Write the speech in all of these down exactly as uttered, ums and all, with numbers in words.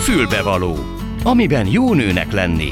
Fülbevaló, amiben jó nőnek lenni.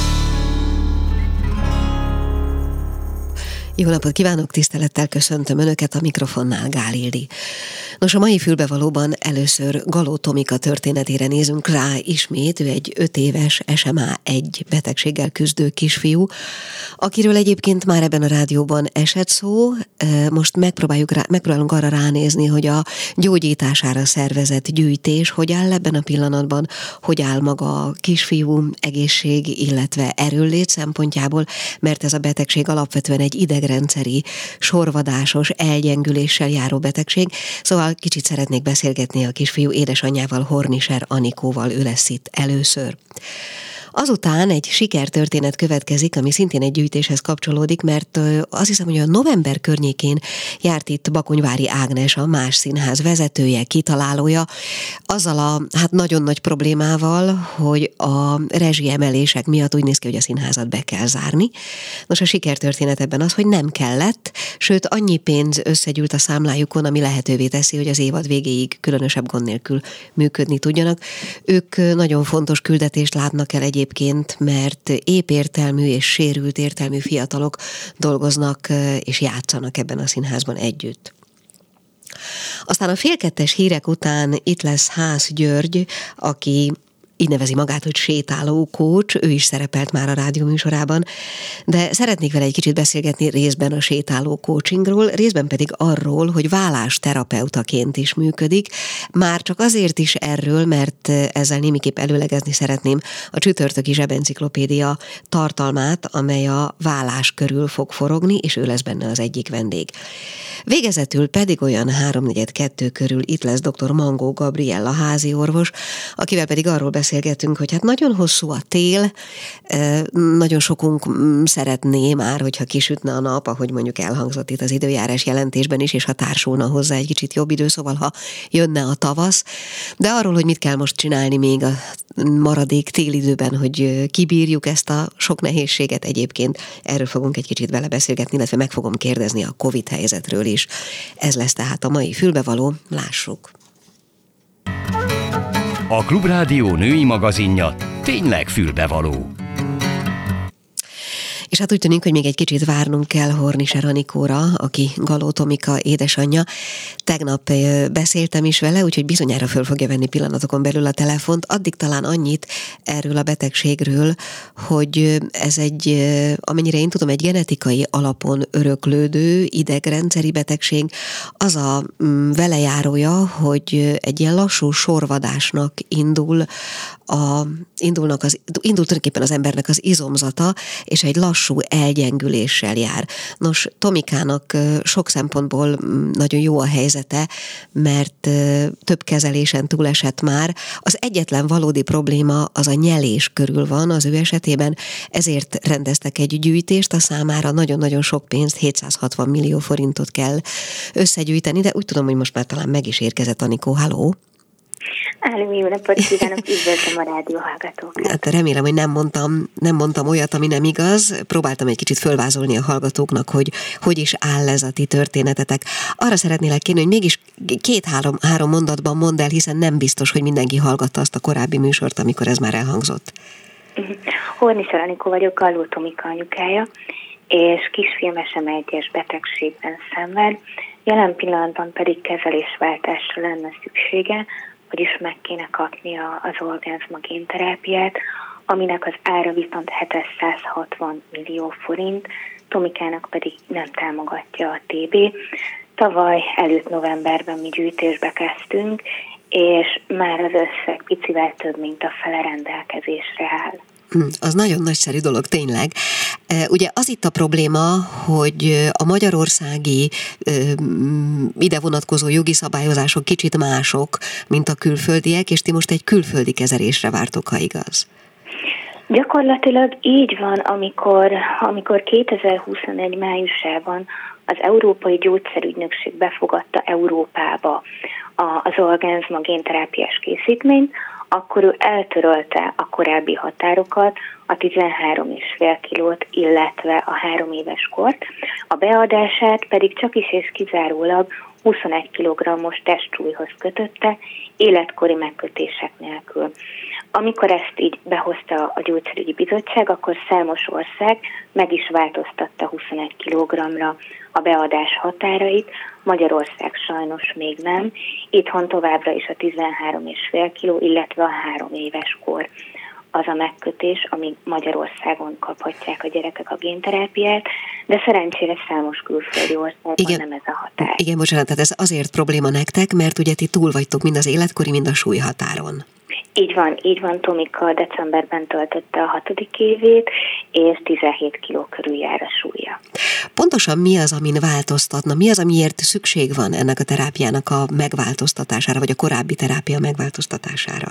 Jó napot kívánok, tisztelettel köszöntöm Önöket, a mikrofonnál Gál Ildi. Nos, a mai Fülbevalóban először Galó Tomika történetére nézünk rá ismét. Ő egy öt éves es em á egy betegséggel küzdő kisfiú, akiről egyébként már ebben a rádióban esett szó. Most megpróbáljuk rá, megpróbálunk arra ránézni, hogy a gyógyítására szervezett gyűjtés hogy áll ebben a pillanatban, hogy áll maga a kisfiú egészség, illetve erőllét szempontjából, mert ez a betegség alapvetően egy idegrendszeri, sorvadásos, elgyengüléssel járó betegség. Szóval kicsit szeretnék beszélgetni a kisfiú édesanyjával, Hornischer Anikóval, ő lesz itt először. Azután egy sikertörténet következik, ami szintén egy gyűjtéshez kapcsolódik, mert azt hiszem, hogy a november környékén járt itt Bakonyvári Ágnes, a Más Színház vezetője, kitalálója, azzal a hát nagyon nagy problémával, hogy a rezsiemelések miatt úgy néz ki, hogy a színházat be kell zárni. Nos, a sikertörténet ebben az, hogy nem kellett, sőt annyi pénz összegyűlt a számlájukon, ami lehetővé teszi, hogy az évad végéig különösebb gond nélkül működni tudjanak. Ők nagyon fontos küldetést látnak el egyébként, mert épértelmű és sérült értelmű fiatalok dolgoznak és játszanak ebben a színházban együtt. Aztán a félkettes hírek után itt lesz Ház György, aki így nevezi magát, hogy sétáló coach, ő is szerepelt már a rádió műsorában, de szeretnék vele egy kicsit beszélgetni részben a sétáló coachingról, részben pedig arról, hogy vállásterapeutaként is működik, már csak azért is erről, mert ezzel némiképp előlegezni szeretném a csütörtöki zsebenciklopédia tartalmát, amely a vállás körül fog forogni, és ő lesz benne az egyik vendég. Végezetül pedig olyan háromnegyed kettő körül itt lesz dr. Mangó Gabriella háziorvos, akivel pedig arról beszélgetünk, hogy hát nagyon hosszú a tél, nagyon sokunk szeretné már, hogyha kisütne a nap, ahogy mondjuk elhangzott itt az időjárás jelentésben is, és ha társulna hozzá egy kicsit jobb idő, szóval ha jönne a tavasz, de arról, hogy mit kell most csinálni még a maradék télidőben, hogy kibírjuk ezt a sok nehézséget egyébként, erről fogunk egy kicsit vele beszélgetni, illetve meg fogom kérdezni a Covid helyzetről is. Ez lesz tehát a mai Fülbevaló, lássuk. A Klubrádió női magazinja tényleg fülbevaló. És hát úgy tűnik, hogy még egy kicsit várnunk kell Hornischer Anikóra, aki Galó Tomika édesanyja. Tegnap beszéltem is vele, úgyhogy bizonyára föl fogja venni pillanatokon belül a telefont. Addig talán annyit erről a betegségről, hogy ez egy, amennyire én tudom, egy genetikai alapon öröklődő idegrendszeri betegség. Az a velejárója, hogy egy ilyen lassú sorvadásnak indul, a, indulnak az, indul tulajdonképpen az embernek az izomzata, és egy lassú elgyengüléssel jár. Nos, Tomikának sok szempontból nagyon jó a helyzete, mert több kezelésen túlesett már. Az egyetlen valódi probléma az a nyelés körül van az ő esetében, ezért rendeztek egy gyűjtést a számára, nagyon-nagyon sok pénzt, hétszázhatvan millió forintot kell összegyűjteni, de úgy tudom, hogy most már talán meg is érkezett Anikó. Halló! Álló, jó napot kívánok, üdvözlöm a rádió hallgatókat. Hát remélem, hogy nem mondtam, nem mondtam olyat, ami nem igaz. Próbáltam egy kicsit fölvázolni a hallgatóknak, hogy hogy is áll ez a ti történetetek. Arra szeretnélek kérni, hogy mégis két-három három mondatban mondd el, hiszen nem biztos, hogy mindenki hallgatta azt a korábbi műsort, amikor ez már elhangzott. Hornischer Anikó vagyok, Galó Tomika anyukája, és kisfiam es em á egyes betegségben szenved. Jelen pillanatban pedig kezelésváltásra lenne szüksége, vagyis meg kéne kapnia az orgánzma génterápiát, aminek az ára viszont hétszázhatvan millió forint, Tomikának pedig nem támogatja a té bé. Tavaly előtt novemberben mi gyűjtésbe kezdtünk, és már az összeg picivel több, mint a fele rendelkezésre áll. Az nagyon nagyszerű dolog, tényleg. Ugye az itt a probléma, hogy a magyarországi ide vonatkozó jogi szabályozások kicsit mások, mint a külföldiek, és ti most egy külföldi kezelésre vártok, ha igaz? Gyakorlatilag így van, amikor, amikor kétezer-huszonegy májusában az Európai Gyógyszerügynökség befogadta Európába az orgánzma génterápiás készítményt, akkor ő eltörölte a korábbi határokat, a tizenhárom egész öt kilót, illetve a három éves kort, a beadását pedig csak is és kizárólag huszonegy kilogrammos testsúlyhoz kötötte, életkori megkötések nélkül. Amikor ezt így behozta a gyógyszerügyi bizottság, akkor számos ország meg is változtatta huszonegy kilogramra a beadás határait, Magyarország sajnos még nem. Itthon továbbra is a tizenhárom egész öt kiló, illetve a három éves kor az a megkötés, amíg Magyarországon kaphatják a gyerekek a génterápiát, de szerencsére számos külföldi országban igen, nem ez a határ. Igen, bocsánat, tehát ez azért probléma nektek, mert ugye ti túl vagytok mind az életkori, mind a súlyhatáron. Így van, így van, Tomika decemberben töltötte a hatodik évét, és tizenhét kiló körül jár a súlya. Pontosan mi az, amin változtatna? Mi az, amiért szükség van ennek a terápiának a megváltoztatására, vagy a korábbi terápia megváltoztatására?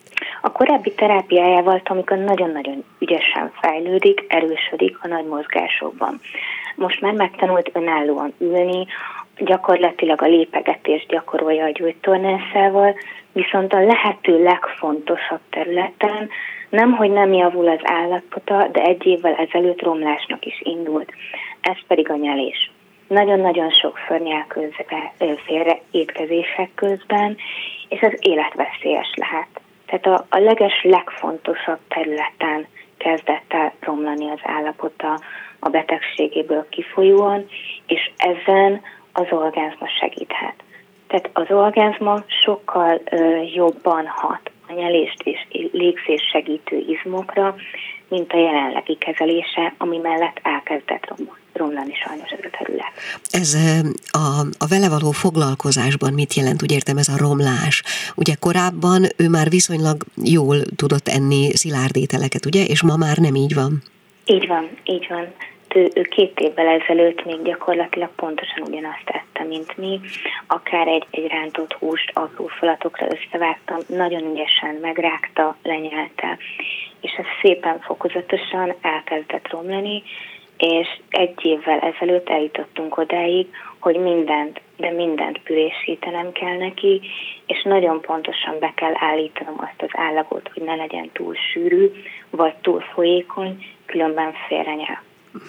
A korábbi terápiájával Tomika nagyon-nagyon ügyesen fejlődik, erősödik a nagy mozgásokban. Most már megtanult önállóan ülni, gyakorlatilag a lépegetést gyakorolja a gyógytornászával, viszont a lehető legfontosabb területen nemhogy nem javul az állapota, de egy évvel ezelőtt romlásnak is indult. Ez pedig a nyelés. Nagyon-nagyon sokszor nyel közben, félre étkezések közben, és ez életveszélyes lehet. Tehát a, a leges, legfontosabb területen kezdett el romlani az állapota a betegségéből kifolyóan, és ezen az orgánzma segíthet. Tehát az orgánzma sokkal ö, jobban hat a nyelést és légzés segítő izmokra, mint a jelenlegi kezelése, ami mellett elkezdett romlani sajnos ez a terület. Ez a, a vele való foglalkozásban mit jelent? Úgy értem, ez a romlás. Ugye korábban ő már viszonylag jól tudott enni szilárd ételeket, ugye? És ma már nem így van? Így van, így van. Ő, ő két évvel ezelőtt még gyakorlatilag pontosan ugyanazt tette, mint mi. Akár egy, egy rántott húst apró falatokra összevágtam, nagyon ügyesen megrágta, lenyelte, és ez szépen fokozatosan elkezdett romlani, és egy évvel ezelőtt eljutottunk odáig, hogy mindent, de mindent pürésítenem kell neki, és nagyon pontosan be kell állítanom azt az állagot, hogy ne legyen túl sűrű, vagy túl folyékony, különben félrenyel.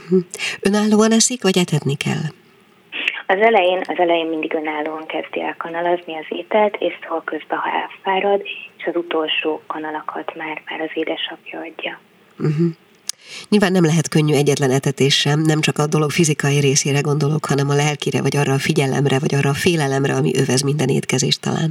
Önállóan eszik, vagy etetni kell? Az elején, az elején mindig önállóan kezdi el kanalazni az ételt, és szól közben, ha elfárad, és az utolsó kanalakat már, már az édesapja adja. Uh-huh. Nyilván nem lehet könnyű egyetlen etetés sem, nem csak a dolog fizikai részére gondolok, hanem a lelkire, vagy arra a figyelemre, vagy arra a félelemre, ami övez minden étkezést talán.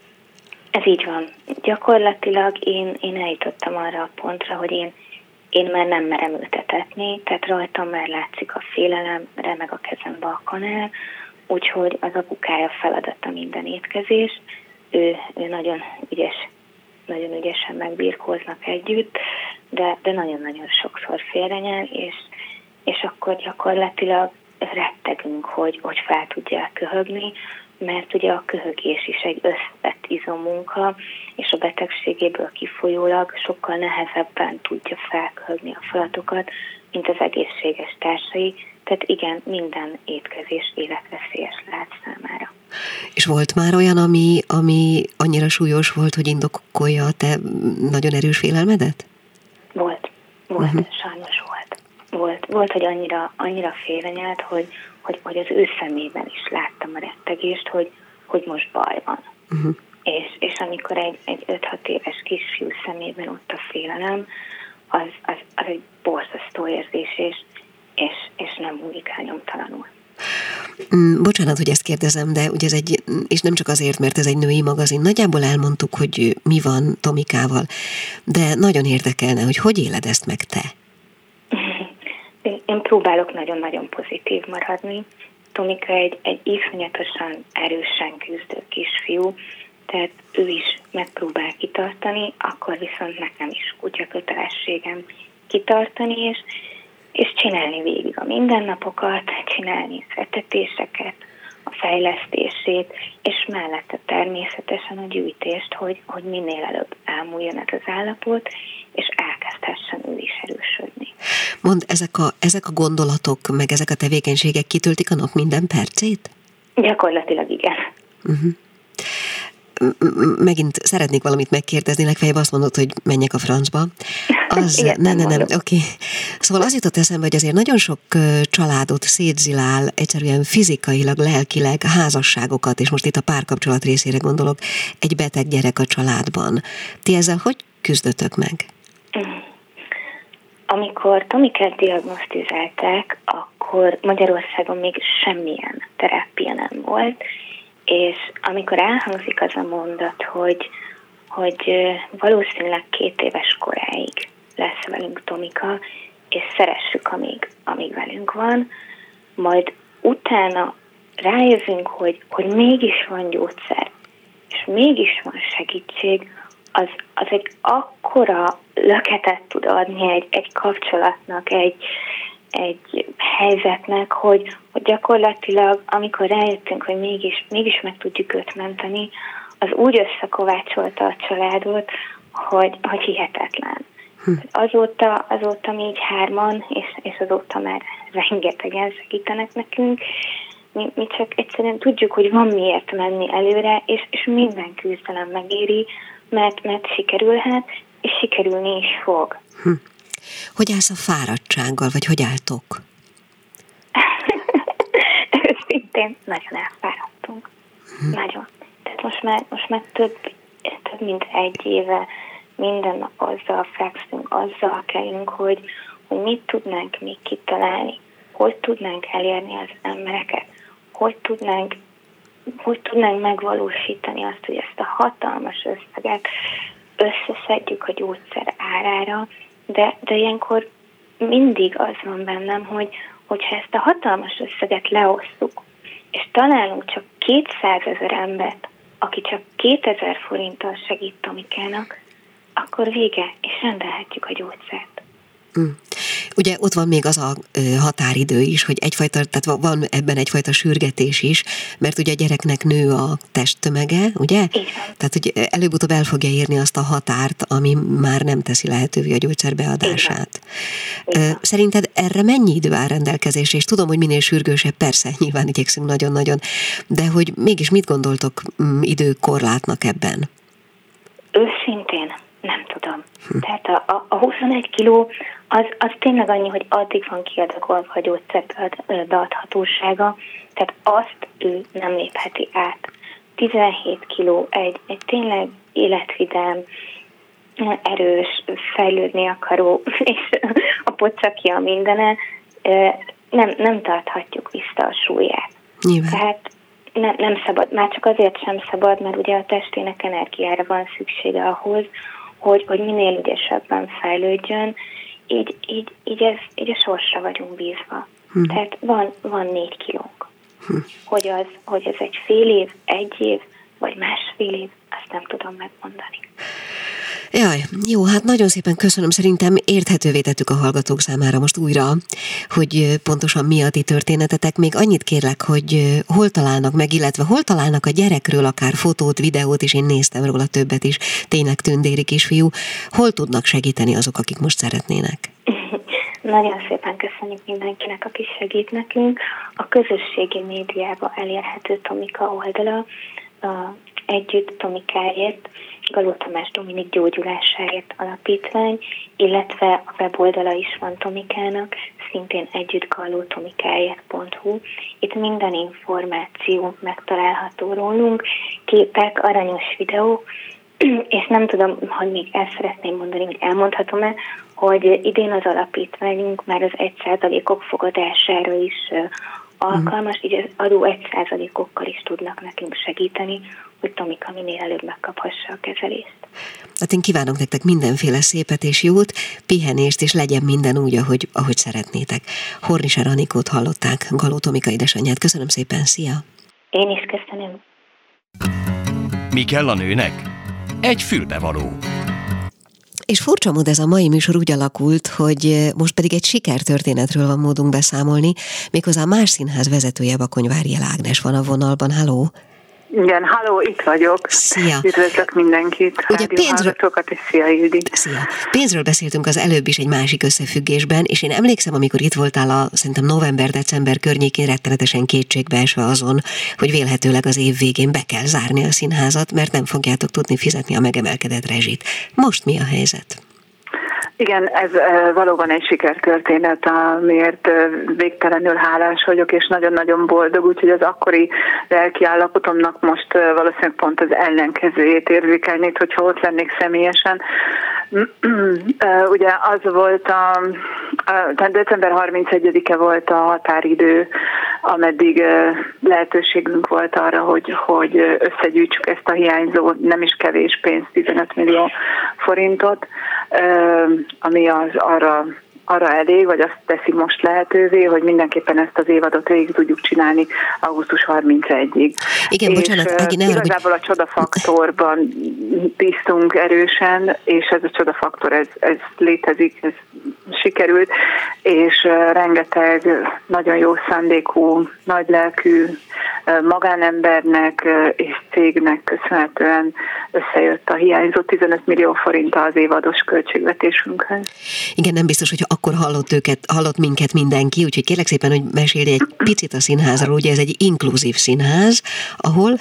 Ez így van. Gyakorlatilag én, én eljutottam arra a pontra, hogy én Én már nem merem őt etetni, tehát rajtam már látszik a félelem, remeg a kezembe a kanál, úgyhogy az apukája feladata minden étkezés. Ő, ő nagyon ügyes, nagyon ügyesen megbirkóznak együtt, de, de nagyon-nagyon sokszor félrenyel, és, és akkor gyakorlatilag rettegünk, hogy, hogy fel tudja köhögni, mert ugye a köhögés is egy összetett izommunka, és a betegségéből kifolyólag sokkal nehezebben tudja felköhögni a falatokat, mint az egészséges társai. Tehát igen, minden étkezés életveszélyes lehet számára. És volt már olyan, ami, ami annyira súlyos volt, hogy indokolja a te nagyon erős félelmedet? Volt, volt, uh-huh. sajnos volt. Volt, volt, hogy annyira, annyira félrenyelt, hogy Hogy, hogy az ő szemében is láttam a rettegést, hogy, hogy most baj van. Uh-huh. És, és amikor egy, egy öt-hat éves kisfiú szemében ott a félelem, az, az, az egy borzasztó érzés, és, és, és nem múlik el nyomtalanul. Bocsánat, hogy ezt kérdezem, de ugye ez egy, és nem csak azért, mert ez egy női magazin, nagyjából elmondtuk, hogy mi van Tomikával, de nagyon érdekelne, hogy hogy éled ezt meg te? Én próbálok nagyon-nagyon pozitív maradni. Tomika egy, egy iszonyatosan erősen küzdő kisfiú, tehát ő is megpróbál kitartani, akkor viszont nekem is kutya kötelességem kitartani, és, és csinálni végig a mindennapokat, csinálni az etetéseket, a fejlesztését, és mellette természetesen a gyűjtést, hogy, hogy minél előbb elmúljon ez az állapot, és elkezdhessen ő is erősödni. Mondd, ezek a, ezek a gondolatok, meg ezek a tevékenységek kitöltik a nap minden percét? Gyakorlatilag igen. Uh-huh. Megint szeretnék valamit megkérdezni, legfeljebb azt mondod, hogy menjek a francba. Az, ne, ne, nem, oké. Okay. Szóval az jutott eszembe, hogy azért nagyon sok családot szétzilál egyszerűen fizikailag, lelkileg házasságokat, és most itt a párkapcsolat részére gondolok, egy beteg gyerek a családban. Ti ezzel hogy küzdötök meg? Amikor Tomikát diagnosztizálták, akkor Magyarországon még semmilyen terápia nem volt, és amikor elhangzik az a mondat, hogy, hogy valószínűleg két éves koráig lesz velünk Tomika, és szeressük, amíg, amíg velünk van, majd utána rájövünk, hogy, hogy mégis van gyógyszer, és mégis van segítség, az, az egy akkora löketet tud adni egy, egy kapcsolatnak, egy, egy helyzetnek, hogy, hogy gyakorlatilag, amikor rájöttünk, hogy mégis, mégis meg tudjuk őt menteni, az úgy összekovácsolta a családot, hogy, hogy hihetetlen. Hm. Azóta, azóta mi így hárman, és, és azóta már rengetegen segítenek nekünk, mi, mi csak egyszerűen tudjuk, hogy van miért menni előre, és, és minden küzdelem megéri, mert, mert sikerülhet, és sikerülni is fog. Hm. Hogy állsz a fáradtsággal, vagy hogy álltok? Őszintén nagyon elfáradtunk. Hm. Nagyon. Tehát most már, most már több, több mint egy éve minden nap azzal fekszünk, azzal kellünk, hogy, hogy mit tudnánk még kitalálni, hogy tudnánk elérni az embereket, hogy tudnánk, hogy tudnánk megvalósítani azt, hogy ezt a hatalmas összeget összeszedjük a gyógyszer árára, de, de ilyenkor mindig az van bennem, hogy hogyha ezt a hatalmas összeget leosztjuk, és találunk csak kétszázezer embert, aki csak kétezer forinttal segít Tomikának, akkor vége, és rendelhetjük a gyógyszert. Mm. Ugye ott van még az a ö, határidő is, hogy egyfajta, tehát van ebben egyfajta sürgetés is, mert ugye a gyereknek nő a testtömege, ugye? Igen. Tehát, hogy előbb-utóbb el fogja érni azt a határt, ami már nem teszi lehetővé a gyógyszer beadását. Igen. Igen. Szerinted erre mennyi idő áll rendelkezésre? És tudom, hogy minél sürgősebb, persze, nyilván igyekszünk nagyon-nagyon, de hogy mégis mit gondoltok időkorlátnak ebben? Őszintén nem tudom. Hm. Tehát a, a, a huszonegy kiló az, az tényleg annyi, hogy addig van kiadagolva a gyógyszer beadhatósága, tehát azt ő nem lépheti át. tizenhét kiló egy, egy tényleg életvidám, erős, fejlődni akaró, és a pocakja mindene, nem, nem tarthatjuk vissza a súlyát. Nyilván. Tehát nem, nem szabad, már csak azért sem szabad, mert ugye a testének energiára van szüksége ahhoz, hogy, hogy minél ügyesebben fejlődjön, így, így, így, ez, így a sorsra vagyunk bízva. Hm. Tehát van, van négy kilónk. Hm. Hogy, az, hogy ez egy fél év, egy év, vagy másfél év, azt nem tudom megmondani. Jaj, jó, hát nagyon szépen köszönöm, szerintem érthetővé tettük a hallgatók számára most újra, hogy pontosan mi a ti történetetek. Még annyit kérlek, hogy hol találnak meg, illetve hol találnak a gyerekről akár fotót, videót, és én néztem róla többet is, tényleg tündéri kisfiú. Hol tudnak segíteni azok, akik most szeretnének? Nagyon szépen köszönjük mindenkinek, aki segít nekünk. A közösségi médiában elérhető Tomika oldala, a Együtt Tomikáért, Galó Tamás Dominik gyógyulásáért alapítvány, illetve a weboldala is van Tomikának, szintén együtt galló tomikáért pont hu. Itt minden információ megtalálható rólunk, képek, aranyos videók, és nem tudom, hogy még el szeretném mondani, hogy elmondhatom-e, hogy idén az alapítványunk már az egy százalékok fogadására is alkalmas, így az adó egy százalékokkal is tudnak nekünk segíteni, hogy Tomika minél előbb megkaphassa a kezelést. Hát én kívánok nektek mindenféle szépet és jót, pihenést, és legyen minden úgy, ahogy, ahogy szeretnétek. Hornischer Anikót hallották, Galó Tomika édesanyját. Köszönöm szépen, szia! Én is köszönöm. Mi kell a nőnek? Egy fülbevaló. És furcsa mód ez a mai műsor úgy alakult, hogy most pedig egy sikertörténetről van módunk beszámolni, méghozzá a Más Színház vezetője, Bakonyvári Ágnes van a vonalban. Halló! Igen, halló, itt vagyok. Szia! Üdvözlök mindenkit, rádióhallgatókat, és szia, Ildi. Szia! Pénzről beszéltünk az előbb is egy másik összefüggésben, és én emlékszem, amikor itt voltál a, szerintem november-december környékén rettenetesen kétségbeesve azon, hogy vélhetőleg az év végén be kell zárni a színházat, mert nem fogjátok tudni fizetni a megemelkedett rezsit. Most mi a helyzet? Igen, ez valóban egy sikertörténet, amiért végtelenül hálás vagyok, és nagyon-nagyon boldog, úgyhogy az akkori lelki állapotomnak most valószínűleg pont az ellenkezőjét érzékelnéd, hogyha ott lennék személyesen. Ugye az volt a, tehát december harmincegyedike volt a határidő, ameddig lehetőségünk volt arra, hogy, hogy összegyűjtsük ezt a hiányzó, nem is kevés pénzt, tizenöt millió forintot, ami az arra, arra elég, vagy azt teszi most lehetővé, hogy mindenképpen ezt az évadot végig tudjuk csinálni augusztus harmincegyedikéig. Igen, és bocsánat, Ági, ne igazából a csodafaktorban bíztunk erősen, és ez a csodafaktor, ez, ez létezik, ez sikerült, és rengeteg nagyon jó szándékú, nagylelkű magánembernek és cégnek köszönhetően összejött a hiányzó tizenöt millió forint az évados költségvetésünkhöz. Igen, nem biztos, hogy akkor hallott őket, hallott minket mindenki, úgyhogy kérlek szépen, hogy mesélj egy picit a színházról. Ugye ez egy inkluzív színház, ahol...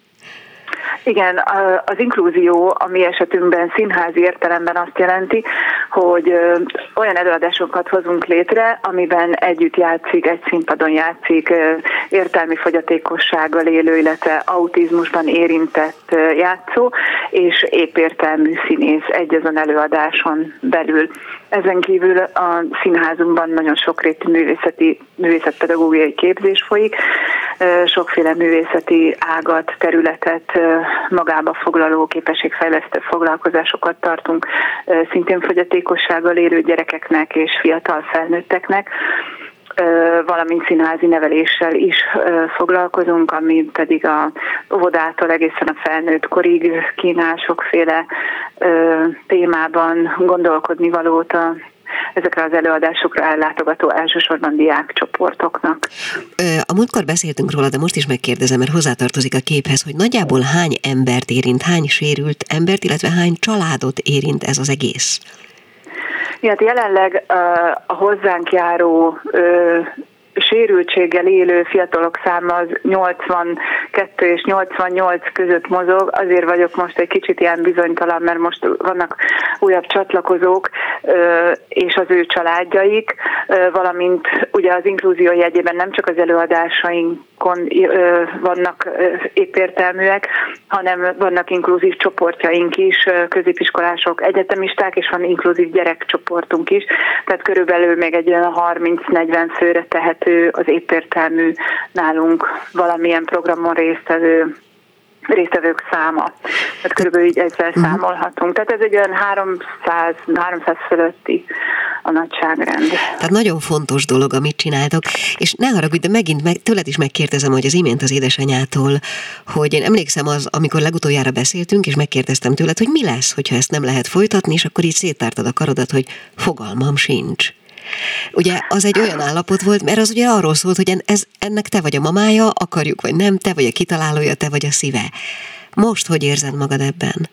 Igen, az inkluzió a mi esetünkben színházi értelemben azt jelenti, hogy olyan előadásokat hozunk létre, amiben együtt játszik, egy színpadon játszik értelmi fogyatékossággal élő, illetve autizmusban érintett játszó, és épértelmű színész egyazon előadáson belül. Ezen kívül a színházunkban nagyon sokrétű művészeti, művészetpedagógiai képzés folyik, sokféle művészeti ágat, területet magába foglaló képességfejlesztő foglalkozásokat tartunk szintén fogyatékossággal élő gyerekeknek és fiatal felnőtteknek, valamint színházi neveléssel is foglalkozunk, ami pedig a óvodától egészen a felnőtt korig kínál sokféle témában gondolkodni valót a ezekre az előadásokra ellátogató elsősorban diákcsoportoknak. A múltkor beszéltünk róla, de most is megkérdezem, mert hozzátartozik a képhez, hogy nagyjából hány embert érint, hány sérült embert, illetve hány családot érint ez az egész? Hát jelenleg a hozzánk járó sérültséggel élő fiatalok száma az nyolcvankettő és nyolcvannyolc között mozog. Azért vagyok most egy kicsit ilyen bizonytalan, mert most vannak újabb csatlakozók és az ő családjaik, valamint ugye az inkluzió jegyében nem csak az előadásainkon vannak épértelműek, hanem vannak inkluzív csoportjaink is, középiskolások, egyetemisták, és van inkluzív gyerekcsoportunk is, tehát körülbelül még egy olyan harminc-negyven főre tehető az épértelmű nálunk valamilyen programon résztvevő résztvevők száma. Tehát körülbelül így ezzel uh-huh. számolhatunk. Tehát ez egy olyan háromszáz, háromszáz fölötti a nagyságrend. Tehát nagyon fontos dolog, amit csináltok, és ne haragudj, de megint meg, tőled is megkérdezem, hogy az imént az édesanyától, hogy én emlékszem az, amikor legutoljára beszéltünk, és megkérdeztem tőled, hogy mi lesz, hogyha ezt nem lehet folytatni, és akkor így széttártad a karodat, hogy fogalmam sincs. Ugye az egy olyan állapot volt, mert az ugye arról szólt, hogy ez, ennek te vagy a mamája, akarjuk vagy nem, te vagy a kitalálója, te vagy a szíve. Most hogy érzed magad ebben?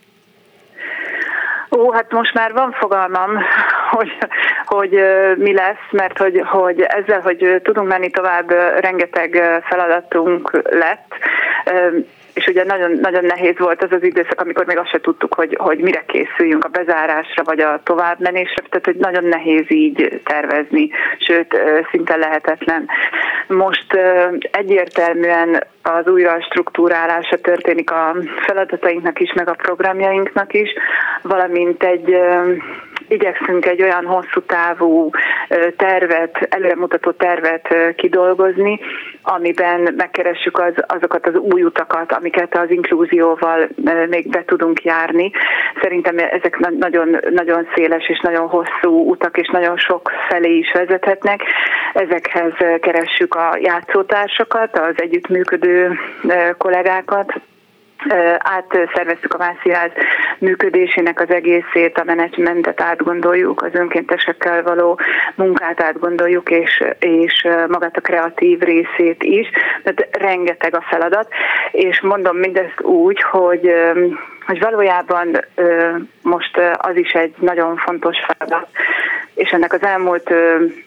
Ó, hát most már van fogalmam, hogy, hogy mi lesz, mert hogy, hogy ezzel, hogy tudunk menni tovább, rengeteg feladatunk lett, és ugye nagyon, nagyon nehéz volt az az időszak, amikor még azt se tudtuk, hogy, hogy mire készüljünk, a bezárásra vagy a továbbmenésre, tehát hogy nagyon nehéz így tervezni, sőt, szinte lehetetlen. Most egyértelműen az újra struktúrálása történik a feladatainknak is, meg a programjainknak is, valamint egy igyekszünk egy olyan hosszú távú tervet, előremutató tervet kidolgozni, amiben megkeressük az, azokat az új utakat, amiket az inkluzióval még be tudunk járni. Szerintem ezek nagyon, nagyon széles és nagyon hosszú utak, és nagyon sok felé is vezethetnek. Ezekhez keressük a játszótársakat, az együttműködő kollégákat, átszerveztük a Vászínház működésének az egészét, a menedzsmentet átgondoljuk, az önkéntesekkel való munkát átgondoljuk, és, és magát a kreatív részét is. Tehát rengeteg a feladat, és mondom mindezt úgy, hogy, hogy valójában most az is egy nagyon fontos feladat, és ennek az elmúlt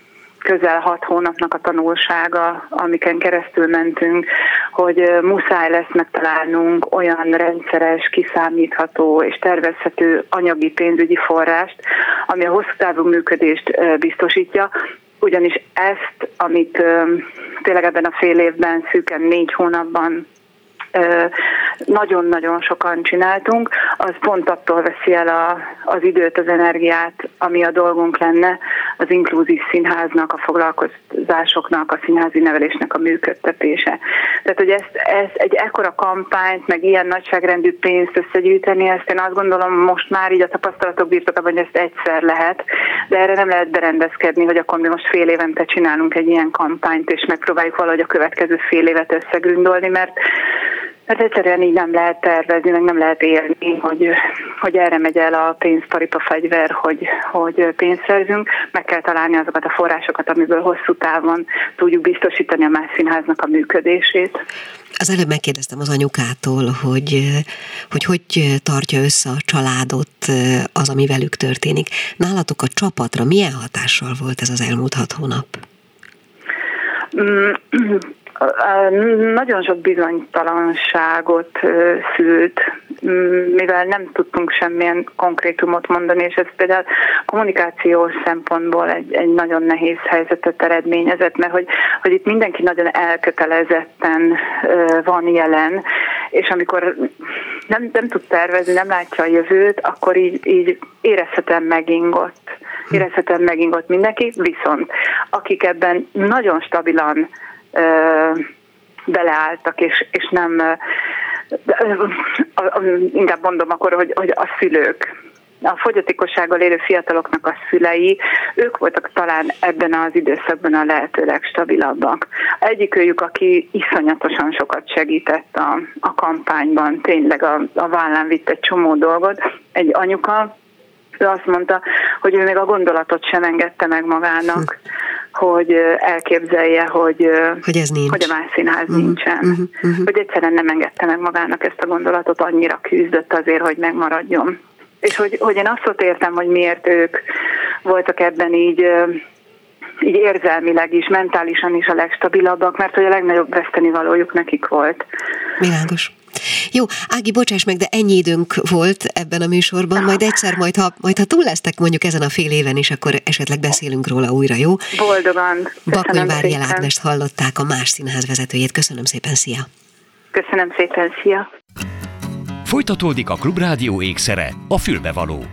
közel hat hónapnak a tanulsága, amiken keresztül mentünk, hogy muszáj lesz megtalálnunk olyan rendszeres, kiszámítható és tervezhető anyagi pénzügyi forrást, ami a hosszú távú működést biztosítja, ugyanis ezt, amit tényleg ebben a fél évben, szűken négy hónapban nagyon-nagyon sokan csináltunk, az pont attól veszi el a, az időt, az energiát, ami a dolgunk lenne, az inkluzív színháznak, a foglalkozásoknak, a színházi nevelésnek a működtetése. Tehát, hogy ezt, ezt egy ekkora kampányt, meg ilyen nagyságrendű pénzt összegyűjteni, ezt én azt gondolom most már így a tapasztalatok birtokában, hogy ezt egyszer lehet, de erre nem lehet berendezkedni, hogy akkor mi most fél évente csinálunk egy ilyen kampányt, és megpróbáljuk valahogy a következő fél évet összegründolni, mert Mert egyszerűen így nem lehet tervezni, meg nem lehet élni, hogy, hogy erre megy el a pénzparipa fegyver, hogy, hogy pénzt szerzünk. Meg kell találni azokat a forrásokat, amiből hosszú távon tudjuk biztosítani a más színháznak a működését. Az előbb megkérdeztem az anyukától, hogy, hogy hogy tartja össze a családot az, ami velük történik. Nálatok a csapatra milyen hatással volt ez az elmúlt hat hónap? Nagyon sok bizonytalanságot szült, mivel nem tudtunk semmilyen konkrétumot mondani, és ez például kommunikációs szempontból egy, egy nagyon nehéz helyzetet eredményezett, mert hogy, hogy itt mindenki nagyon elkötelezetten van jelen, és amikor nem, nem tud tervezni, nem látja a jövőt, akkor így, így érezhetem megingott. Érezhetem megingott mindenki, viszont akik ebben nagyon stabilan beleálltak, és, és nem, inkább mondom akkor, hogy, hogy a szülők, a fogyatékossággal élő fiataloknak a szülei, ők voltak talán ebben az időszakban a lehető legstabilabbak. Egyikőjük, aki iszonyatosan sokat segített a, a kampányban, tényleg a, a vállán vitt egy csomó dolgot, egy anyuka, ő azt mondta, hogy ő még a gondolatot sem engedte meg magának, hm. hogy elképzelje, hogy, hogy, ez nincs. hogy a más színház uh-huh. nincsen. Uh-huh. Uh-huh. Hogy egyszerűen nem engedte meg magának ezt a gondolatot, annyira küzdött azért, hogy megmaradjon. És hogy, hogy én azt ott értem, hogy miért ők voltak ebben így, így érzelmileg is, mentálisan is a legstabilabbak, mert hogy a legnagyobb vesztenivalójuk nekik volt. Világos. Jó, Ági, bocsáss meg, de ennyi időnk volt ebben a műsorban, majd egyszer, majd ha, majd ha túl lesztek mondjuk ezen a fél éven is, akkor esetleg beszélünk róla újra, jó? Boldogan. Bakony Várjel Ágnest hallották, a Más Színház vezetőjét. Köszönöm szépen, szia! Köszönöm szépen, szia! Folytatódik a Klubrádió ékszere, a fülbevaló.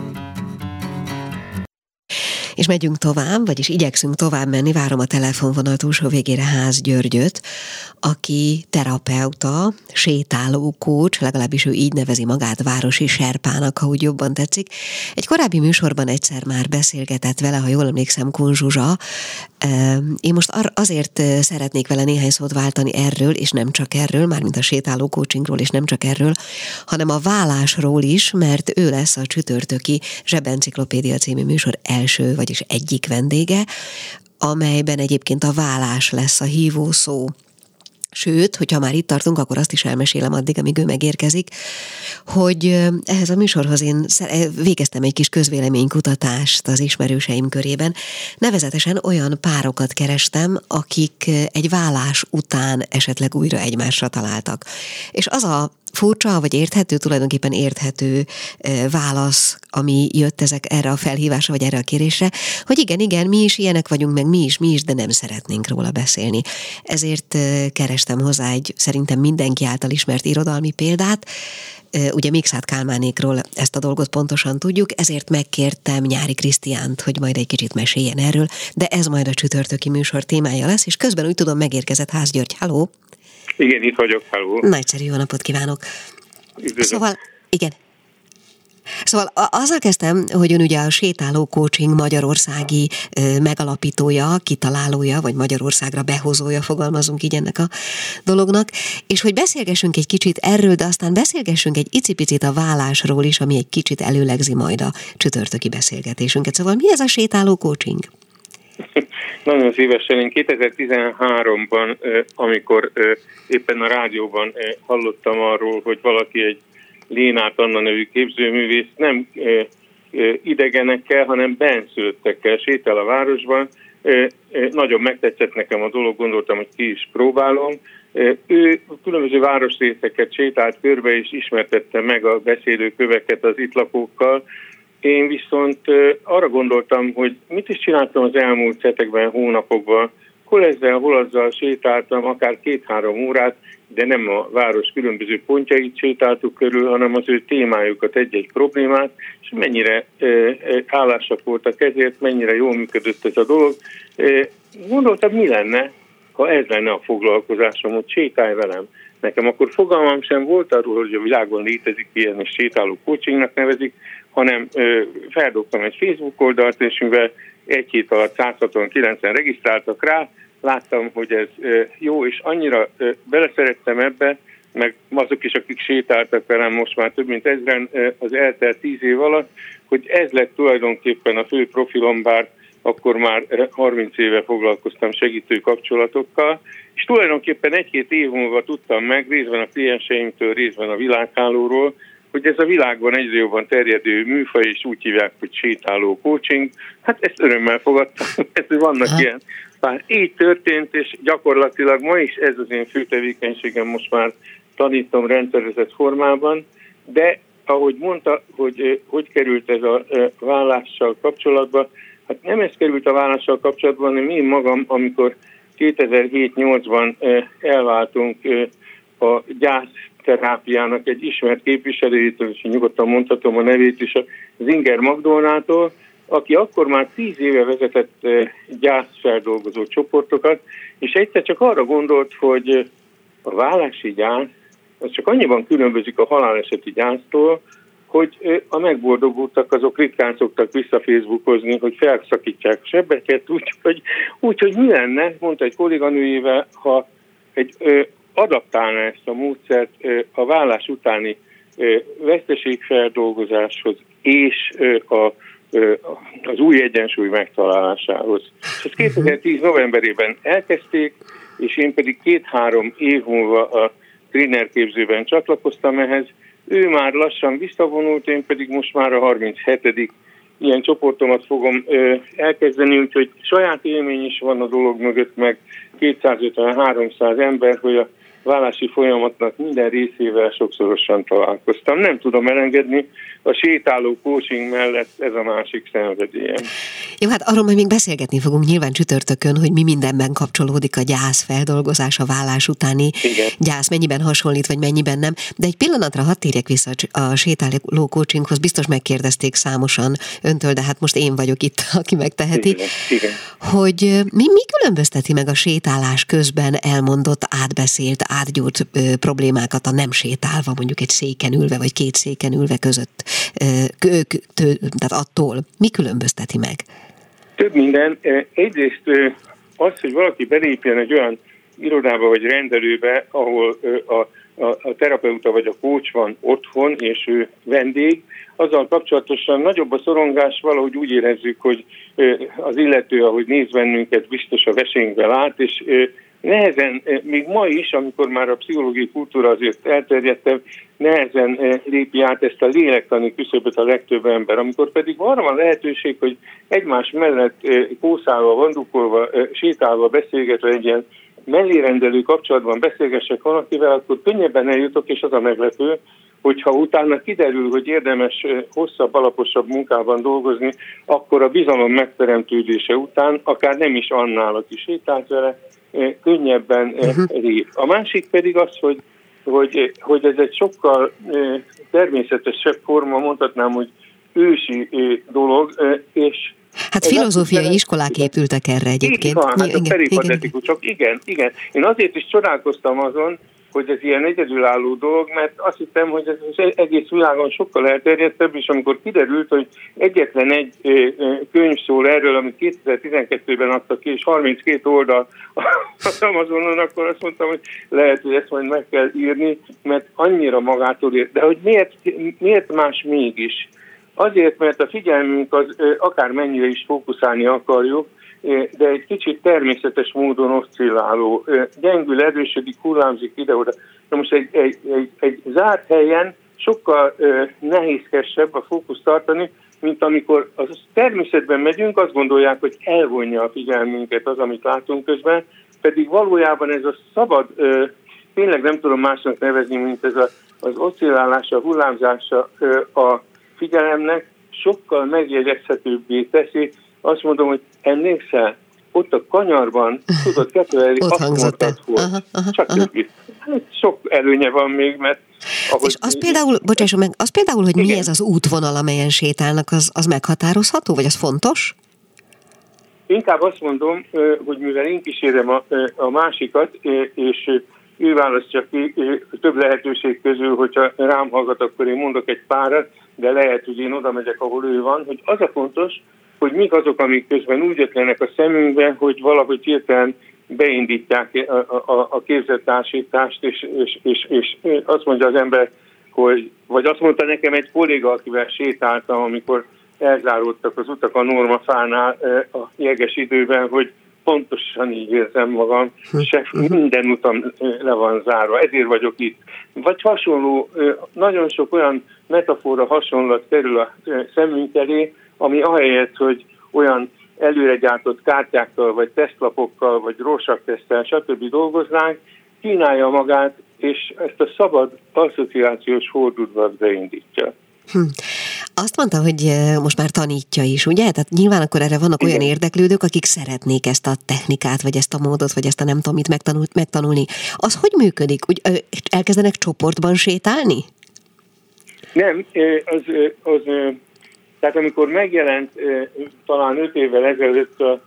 És megyünk tovább, vagyis igyekszünk tovább menni, várom a telefonvonal túlsó végére Ház Györgyöt, aki terapeuta, sétáló coach, legalábbis ő így nevezi magát, városi serpának, ha úgy jobban tetszik. Egy korábbi műsorban egyszer már beszélgetett vele, ha jól emlékszem, Kun Zsuzsa. Én most azért szeretnék vele néhány szót váltani erről, és nem csak erről, mármint a sétáló coachingról, és nem csak erről, hanem a vállásról is, mert ő lesz a csütörtöki Zsebenciklopédia című műsor első, vagyis egyik vendége, amelyben egyébként a vállás lesz a hívó szó. Sőt, hogyha már itt tartunk, akkor azt is elmesélem addig, amíg ő megérkezik, hogy ehhez a műsorhoz én végeztem egy kis közvéleménykutatást az ismerőseim körében. Nevezetesen olyan párokat kerestem, akik egy vállás után esetleg újra egymásra találtak. És az a furcsa, vagy érthető, tulajdonképpen érthető válasz, ami jött ezek erre a felhívásra, vagy erre a kérésre, hogy igen, igen, mi is ilyenek vagyunk, meg mi is, mi is, de nem szeretnénk róla beszélni. Ezért kerestem hozzá egy szerintem mindenki által ismert irodalmi példát. Ugye Mikszáth Kálmánékról ezt a dolgot pontosan tudjuk, ezért megkértem Nyári Krisztiánt, hogy majd egy kicsit meséljen erről, de ez majd a csütörtöki műsor témája lesz, és közben úgy tudom megérkezett Ház György. Halló! Igen, itt vagyok, halló. Nagyszerű, jó napot kívánok. Üdvözlök. Szóval, igen. Szóval azzal kezdtem, hogy ön ugye a sétáló coaching magyarországi megalapítója, kitalálója, vagy Magyarországra behozója, fogalmazunk így ennek a dolognak, és hogy beszélgessünk egy kicsit erről, de aztán beszélgessünk egy icipicit a vállásról is, ami egy kicsit előlegzi majd a csütörtöki beszélgetésünket. Szóval mi ez a sétáló coaching? Nagyon szívesen. Én kétezer-tizenháromban, amikor éppen a rádióban hallottam arról, hogy valaki egy Lénát Anna nevű képzőművész nem idegenekkel, hanem benszülöttekkel sétál a városban, Nagyon megtetszett nekem a dolog, gondoltam, hogy ki is próbálom. Ő különböző városrészeket sétált körbe, és ismertette meg a beszélőköveket az itt lakókkal. Én viszont arra gondoltam, hogy mit is csináltam az elmúlt hetekben, hónapokban. Hol ezzel, hol azzal sétáltam, akár két-három órát, de nem a város különböző pontjait sétáltuk körül, hanem az ő témájukat, egy-egy problémát, és mennyire hálásak voltak ezért, mennyire jól működött ez a dolog. Gondoltam, mi lenne, ha ez lenne a foglalkozásom, hogy sétálj velem. Nekem akkor fogalmam sem volt arról, hogy a világon létezik ilyen, és sétáló coachingnak nevezik, hanem ö, feldobtam egy Facebook oldalt, és mivel egy hét alatt száz hatvankilencen regisztráltak rá, láttam, hogy ez ö, jó, és annyira ö, beleszerettem ebbe, meg azok is, akik sétáltak velem most már több mint ezren ö, az eltelt tíz év alatt, hogy ez lett tulajdonképpen a fő profilom, bár akkor már harminc éve foglalkoztam segítő kapcsolatokkal, és tulajdonképpen egy-két év múlva tudtam meg, részben a klienseimtől, részben a világhálóról, hogy ez a világban egyre jobban terjedő műfaj, és úgy hívják, hogy sétáló coaching. Hát ezt örömmel fogadtam, ez vannak ha. ilyen. Bár így történt, és gyakorlatilag ma is ez az én fő tevékenységem, most már tanítom rendszerezett formában, de ahogy mondta, hogy hogy került ez a vállással kapcsolatba, hát nem ez került a vállással kapcsolatban, hanem én magam, amikor kétezer-hét-nyolcban elváltunk a gyászterápiának egy ismert képviselőjétől, és nyugodtan mondhatom a nevét is, az Inger Magdolnától, aki akkor már tíz éve vezetett gyászfeldolgozó csoportokat, és egyszer csak arra gondolt, hogy a vállási gyász az csak annyiban különbözik a haláleseti gyásztól, hogy a megboldogultak, azok ritkán szoktak vissza Facebookozni, hogy felszakítják sebeket, úgyhogy úgy, hogy mi lenne, mondta egy kolléganőjével, ha egy ö, adaptálna ezt a módszert ö, a vállás utáni ö, veszteségfeldolgozáshoz és ö, a, ö, az új egyensúly megtalálásához. És ezt kétezer-tíz novemberében elkezdték, és én pedig két-három év múlva a trénerképzőben csatlakoztam ehhez. Ő már lassan visszavonult, én pedig most már a harminchetedik ilyen csoportomat fogom ö, elkezdeni, úgyhogy saját élmény is van a dolog mögött, meg kétszázötven-háromszáz ember, hogy a vállási folyamatnak minden részével sokszorosan találkoztam. Nem tudom elengedni, a sétáló coaching mellett ez a másik szenvedélyem. Jó, hát arról majd még beszélgetni fogunk nyilván csütörtökön, hogy mi mindenben kapcsolódik a gyász feldolgozás, a vállás utáni Igen. gyász, mennyiben hasonlít, vagy mennyiben nem. De egy pillanatra hadd térjek vissza a sétáló coachinghoz, biztos megkérdezték számosan öntől, de hát most én vagyok itt, aki megteheti, Igen. Igen. hogy mi, mi különbözteti meg a sétálás közben elmondott, átbeszélt, átgyúrt ö, problémákat a nem sétálva, mondjuk egy széken ülve, vagy két széken ülve között, ö, kö, kö, tő, tehát attól. Mi különbözteti meg? Több minden. Egyrészt az, hogy valaki belépjen egy olyan irodába vagy rendelőbe, ahol a, a, a terapeuta vagy a coach van otthon, és ő vendég, azzal kapcsolatosan nagyobb a szorongás, valahogy úgy érezzük, hogy az illető, ahogy néz bennünket, biztos a vesénkbe lát, és nehezen, még ma is, amikor már a pszichológiai kultúra azért elterjedtebb, nehezen lépi át ezt a lélektani küszöböt a legtöbb ember. Amikor pedig arra van lehetőség, hogy egymás mellett kószálva, vandukolva, sétálva, beszélgetve egy ilyen mellérendelő kapcsolatban beszélgessek valakivel, akkor könnyebben eljutok, és az a meglepő, hogyha utána kiderül, hogy érdemes hosszabb, alaposabb munkában dolgozni, akkor a bizalom megteremtődése után, akár nem is annál, aki sétált vele, könnyebben uh-huh. lép. A másik pedig az, hogy, hogy, hogy ez egy sokkal természetesebb forma, mondhatnám, hogy ősi dolog, és hát filozófiai az, iskolák épültek erre egyébként. Így van, hát igen, a peripatetikusok, igen, igen. Én azért is csodálkoztam azon, hogy ez ilyen egyedülálló dolog, mert azt hittem, hogy ez az egész világon sokkal elterjedtebb, és amikor kiderült, hogy egyetlen egy könyv szól erről, amit kétezer-tizenkettőben adtak ki, és harminckét oldal az Amazonon, akkor azt mondtam, hogy lehet, hogy ezt majd meg kell írni, mert annyira magától ért. De hogy miért, miért más mégis? Azért, mert a figyelmünk az akármennyire is fókuszálni akarjuk, de egy kicsit természetes módon oszcilláló, gyengül, erősödik, hullámzik ide-oda. Na most egy, egy, egy, egy zárt helyen sokkal nehézkesebb a fókusz tartani, mint amikor az természetben megyünk, azt gondolják, hogy elvonja a figyelmünket az, amit látunk közben, pedig valójában ez a szabad, tényleg nem tudom másnak nevezni, mint ez a, az oszcillálása, a hullámzása a figyelemnek sokkal megjegyezhetőbbé teszi. Azt mondom, hogy emlékszel, ott a kanyarban, tudod, kettővel azt mondtad, hogy csak többi. Hát sok előnye van még, mert... És az például, bocsásson meg, az például, hogy igen. mi ez az útvonal, amelyen sétálnak, az, az meghatározható, vagy az fontos? Inkább azt mondom, hogy mivel én kísérem a, a másikat, és ő választja ki több lehetőség közül, hogyha rám hallgat, akkor én mondok egy párat, de lehet, hogy én oda megyek, ahol ő van, hogy az a fontos, hogy mik azok, amik közben úgy ötlenek a szemünkbe, hogy valahogy hirtelen beindítják a, a, a képzettársítást, és, és, és, és azt mondja az ember, hogy, vagy azt mondta nekem egy kolléga, akivel sétáltam, amikor elzáródtak az utak a Normafánál a jeges időben, hogy pontosan így érzem magam, se minden utam le van zárva, ezért vagyok itt. Vagy hasonló, nagyon sok olyan metafora hasonlat kerül a szemünk elé, ami ahelyett, hogy olyan előre gyártott kártyákkal, vagy tesztlapokkal, vagy Rorschach-teszttel, stb. Dolgoznánk, kínálja magát, és ezt a szabad asszociációs hordudvat beindítja. Hm. Azt mondta, hogy most már tanítja is, ugye? Tehát nyilván akkor erre vannak igen. olyan érdeklődők, akik szeretnék ezt a technikát, vagy ezt a módot, vagy ezt a nem tudom mit megtanul, megtanulni. Az hogy működik? Úgy elkezdenek csoportban sétálni? Nem, az... az Tehát amikor megjelent talán öt évvel ezelőtt a,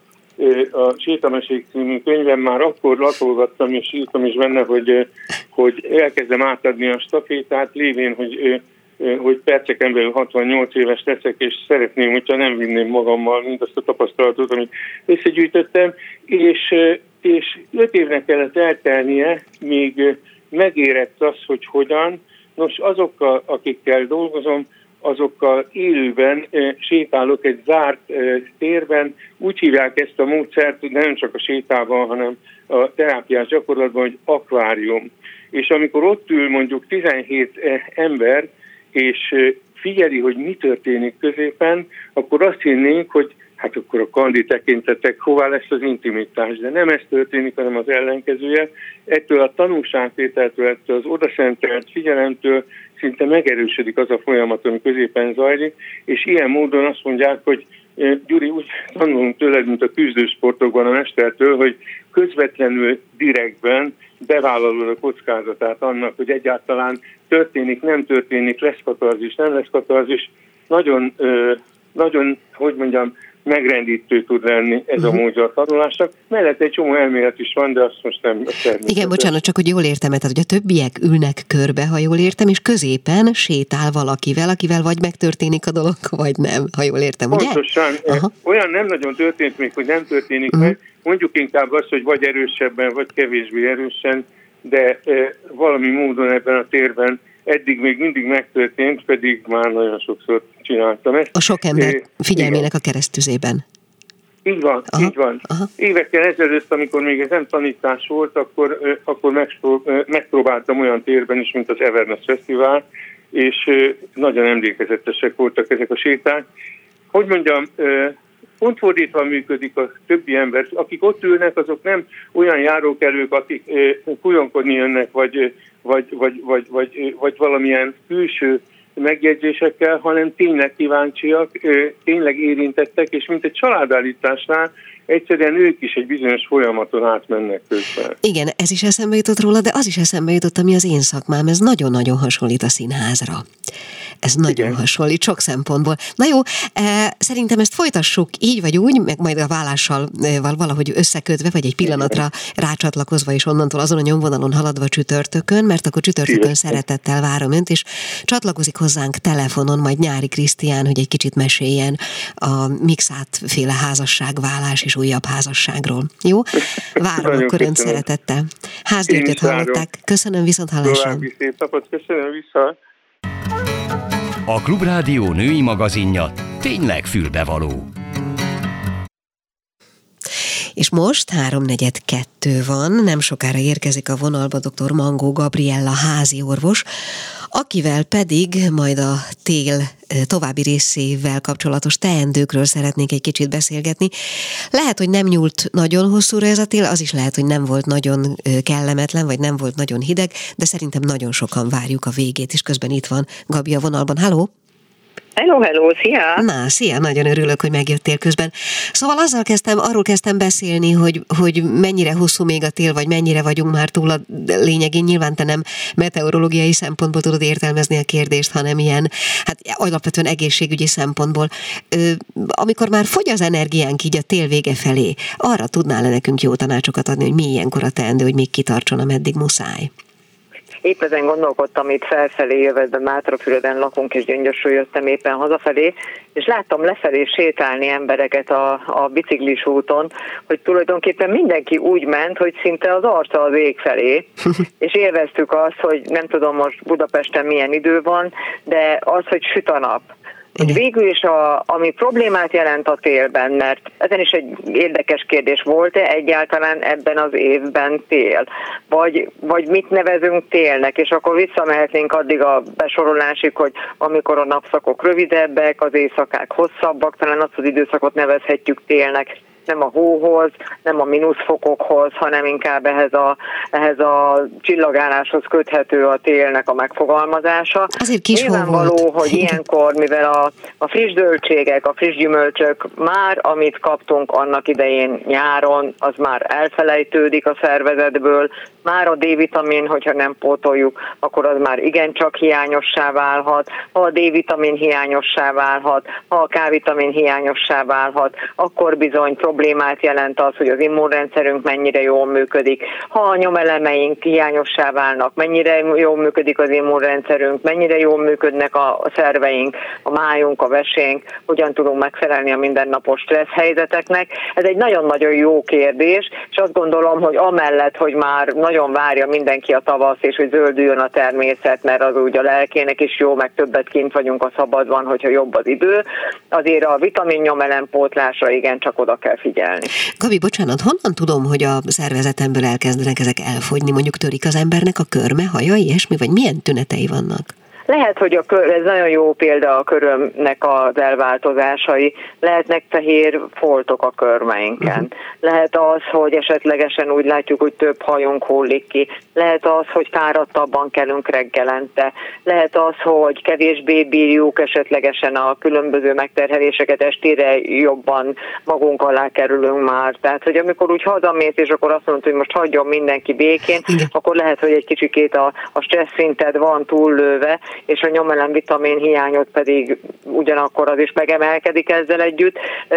a Sétamesék című könyvem, már akkor lapolgattam és írtam is benne, hogy, hogy elkezdem átadni a stafétát, lévén, hogy, hogy perceken belül hatvannyolc éves leszek, és szeretném, hogyha nem vinném magammal mindazt a tapasztalatot, amit összegyűjtöttem, és, és öt évnek kellett eltelnie, míg megérett az, hogy hogyan. Nos, azokkal, akikkel dolgozom, azokkal élőben e, sétálok egy zárt e, térben. Úgy hívják ezt a módszert, nem csak a sétában, hanem a terápiás gyakorlatban, hogy akvárium. És amikor ott ül mondjuk tizenhét e, ember, és e, figyeli, hogy mi történik középen, akkor azt hinnénk, hogy hát akkor a kandi tekintetek, hová lesz az intimitás. De nem ez történik, hanem az ellenkezője. Ettől a tanulságtételtől, ettől az odaszentelt figyelemtől szinte megerősödik az a folyamat, ami középen zajlik, és ilyen módon azt mondják, hogy Gyuri, úgy tanulunk tőled, mint a küzdősportokban a mestertől, hogy közvetlenül direktben bevállalod a kockázatát annak, hogy egyáltalán történik, nem történik, lesz katarzis, nem lesz katarzis. Nagyon, nagyon, hogy mondjam, megrendítő tud lenni ez a módja a tanulásnak. Mellett egy csomó elmélet is van, de azt most nem... Igen, bocsánat, csak hogy jól értem, tehát hogy a többiek ülnek körbe, ha jól értem, és középen sétál valakivel, akivel vagy megtörténik a dolog, vagy nem, ha jól értem, ugye? Pontosan. Aha. Olyan nem nagyon történt még, hogy nem történik uh-huh. meg. Mondjuk inkább azt, hogy vagy erősebben, vagy kevésbé erősen, de e, valami módon ebben a térben eddig még mindig megtörtént, pedig már nagyon sokszor csináltam ezt. A sok ember figyelmének a keresztüzében. Így van, aha, így van. Aha. Évekkel ezelőtt, amikor még ez nem tanítás volt, akkor, akkor megpróbáltam olyan térben is, mint az Everness Fesztivál, és nagyon emlékezetesek voltak ezek a séták. Hogy mondjam, pont fordítva működik a többi ember. Akik ott ülnek, azok nem olyan járókelők, akik kujonkodni jönnek, vagy, vagy, vagy, vagy, vagy, vagy valamilyen külső megjegyzésekkel, hanem tényleg kíváncsiak, tényleg érintettek, és mint egy családállításnál egyszerűen ők is egy bizonyos folyamaton átmennek közben. Igen, ez is eszembe jutott róla, de az is eszembe jutott, ami az én szakmám, ez nagyon-nagyon hasonlít a színházra. Ez nagyon igen. hasonlít sok szempontból. Na jó, szerintem ezt folytassuk így vagy úgy, meg majd a vállással valahogy összekötve, vagy egy pillanatra rácsatlakozva, és onnantól azon a nyomvonalon haladva csütörtökön, mert akkor csütörtökön igen. szeretettel várom önt, és csatlakozik hozzánk telefonon majd Nyári Krisztián, hogy egy kicsit meséljen a Mixát féle házasság, vállás és újabb házasságról. Jó? Várom akkor önt szeretettel. Ház Györgyöt hallották. Köszönöm, viszont hallásra. További szép napot, köszönöm, vissza. A Klubrádió női magazinja tényleg fülbevaló. És most háromnegyed kettő van, nem sokára érkezik a vonalba dr. Mangó Gabriella háziorvos, akivel pedig majd a tél további részével kapcsolatos teendőkről szeretnék egy kicsit beszélgetni. Lehet, hogy nem nyúlt nagyon hosszúra ez a tél, az is lehet, hogy nem volt nagyon kellemetlen, vagy nem volt nagyon hideg, de szerintem nagyon sokan várjuk a végét, és közben itt van Gabi a vonalban. Halló! Hello, hello, szia! Na, szia, nagyon örülök, hogy megjöttél közben. Szóval azzal kezdtem, arról kezdtem beszélni, hogy, hogy mennyire hosszú még a tél, vagy mennyire vagyunk már túl a lényegén. Nyilván te nem meteorológiai szempontból tudod értelmezni a kérdést, hanem ilyen, hát alapvetően egészségügyi szempontból. Ö, amikor már fogy az energiánk így a tél vége felé, arra tudnál-e nekünk jó tanácsokat adni, hogy mi ilyenkor a teendő, hogy még kitartson, ameddig muszáj? Épp ezen gondolkodtam, itt felfelé jövetben, Mátrafüreden lakunk, és Gyöngyösről jöttem éppen hazafelé, és láttam lefelé sétálni embereket a, a biciklis úton, hogy tulajdonképpen mindenki úgy ment, hogy szinte az arca az ég felé, és élveztük azt, hogy nem tudom most Budapesten milyen idő van, de az, hogy süt a nap. Hogy végül is, a, ami problémát jelent a télben, mert ezen is egy érdekes kérdés, volt-e egyáltalán ebben az évben tél? Vagy, vagy mit nevezünk télnek? És akkor visszamehetnénk addig a besorolásig, hogy amikor a napszakok rövidebbek, az éjszakák hosszabbak, talán azt az időszakot nevezhetjük télnek. Nem a hóhoz, nem a mínuszfokokhoz, hanem inkább ehhez a, ehhez a csillagálláshoz köthető a télnek a megfogalmazása. Azért kis Nyilvánvaló, volt. Hogy ilyenkor, mivel a, a friss zöldségek, a friss gyümölcsök már, amit kaptunk annak idején nyáron, az már elfelejtődik a szervezetből, már a D-vitamin, hogyha nem pótoljuk, akkor az már igencsak hiányossá válhat. Ha a D-vitamin hiányossá válhat, ha a K-vitamin hiányossá válhat, akkor bizony problémát jelent az, hogy az immunrendszerünk mennyire jól működik. Ha a nyomelemeink hiányossá válnak, mennyire jól működik az immunrendszerünk, mennyire jól működnek a szerveink, a májunk, a vesénk, hogyan tudunk megfelelni a mindennapos stressz helyzeteknek. Ez egy nagyon-nagyon jó kérdés, és azt gondolom, hogy amellett, hogy már nagyon várja mindenki a tavasz, és hogy zöldüljön a természet, mert az úgy a lelkének is jó, meg többet kint vagyunk a szabadban, hogyha jobb az idő, azért a vitamin nyomelempótlásra igen csak oda kell figyelni. Gabi, bocsánat, honnan tudom, hogy a szervezetemből elkezdenek ezek elfogyni? Mondjuk törik az embernek a körme, haja, ilyesmi, vagy milyen tünetei vannak? Lehet, hogy a kör, ez nagyon jó példa a körömnek az elváltozásai. Lehetnek fehér foltok a körmeinken. Uh-huh. Lehet az, hogy esetlegesen úgy látjuk, hogy több hajunk hullik ki. Lehet az, hogy fáradtabban kelünk reggelente. Lehet az, hogy kevésbé bírjuk esetlegesen a különböző megterheléseket, estére jobban magunk alá kerülünk már. Tehát, hogy amikor úgy hazamész, és akkor azt mondod, hogy most hagyjon mindenki békén, uh-huh. akkor lehet, hogy egy kicsikét a, a stressz szinted van túllőve, és a nyomelem vitamin hiányot pedig ugyanakkor az is megemelkedik ezzel együtt.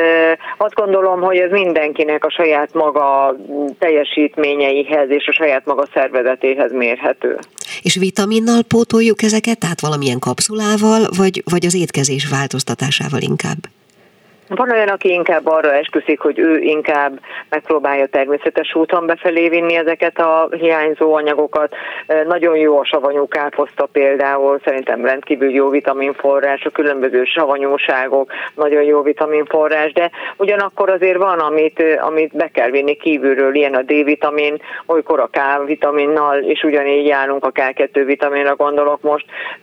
Azt gondolom, hogy ez mindenkinek a saját maga teljesítményeihez és a saját maga szervezetéhez mérhető. És vitaminnal pótoljuk ezeket, tehát valamilyen kapszulával, vagy, vagy az étkezés változtatásával inkább? Van olyan, aki inkább arra esküszik, hogy ő inkább megpróbálja természetes úton befelé vinni ezeket a hiányzó anyagokat. Nagyon jó a savanyú káposzta például, szerintem rendkívül jó vitaminforrás, a különböző savanyúságok, nagyon jó vitaminforrás, de ugyanakkor azért van, amit, amit be kell vinni kívülről, ilyen a D-vitamin, olykor a K-vitaminnal, és ugyanígy járunk a ká kettő vitaminra gondolok most.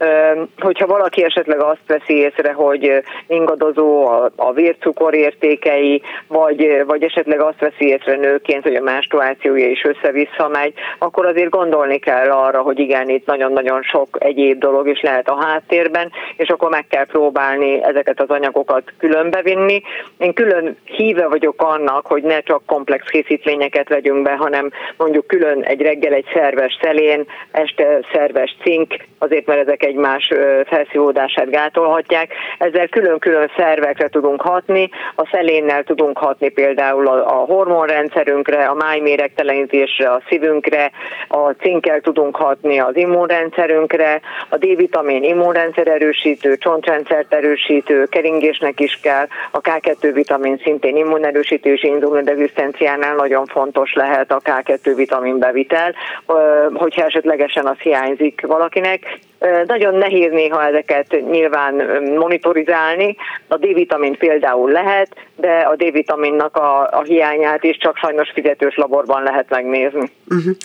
Hogyha valaki esetleg azt veszi észre, hogy ingadozó a, a vér cukorértékei, vagy, vagy esetleg azt veszi észre nőként, hogy a menstruációja is össze-vissza megy, akkor azért gondolni kell arra, hogy igen, itt nagyon-nagyon sok egyéb dolog is lehet a háttérben, és akkor meg kell próbálni ezeket az anyagokat különbevinni. Én külön híve vagyok annak, hogy ne csak komplex készítményeket vegyünk be, hanem mondjuk külön egy reggel egy szerves szelén, este szerves cink, azért mert ezek egymás felszívódását gátolhatják. Ezzel külön-külön szervekre tudunk hatni, a szelénnel tudunk hatni például a, a hormonrendszerünkre, a májméregtelenítésre, a szívünkre, a cinkkel tudunk hatni az immunrendszerünkre, a D-vitamin immunrendszer erősítő, csontrendszert erősítő, keringésnek is kell, a ká kettő vitamin szintén immunerősítő és inzulinrezisztenciánál nagyon fontos lehet a ká kettő vitamin bevitel, hogyha esetlegesen az hiányzik valakinek. Nagyon nehéz néha ezeket nyilván monitorizálni. A D-vitamin például lehet, de a D-vitaminnak a, a hiányát is csak sajnos fizetős laborban lehet megnézni. Uh-huh.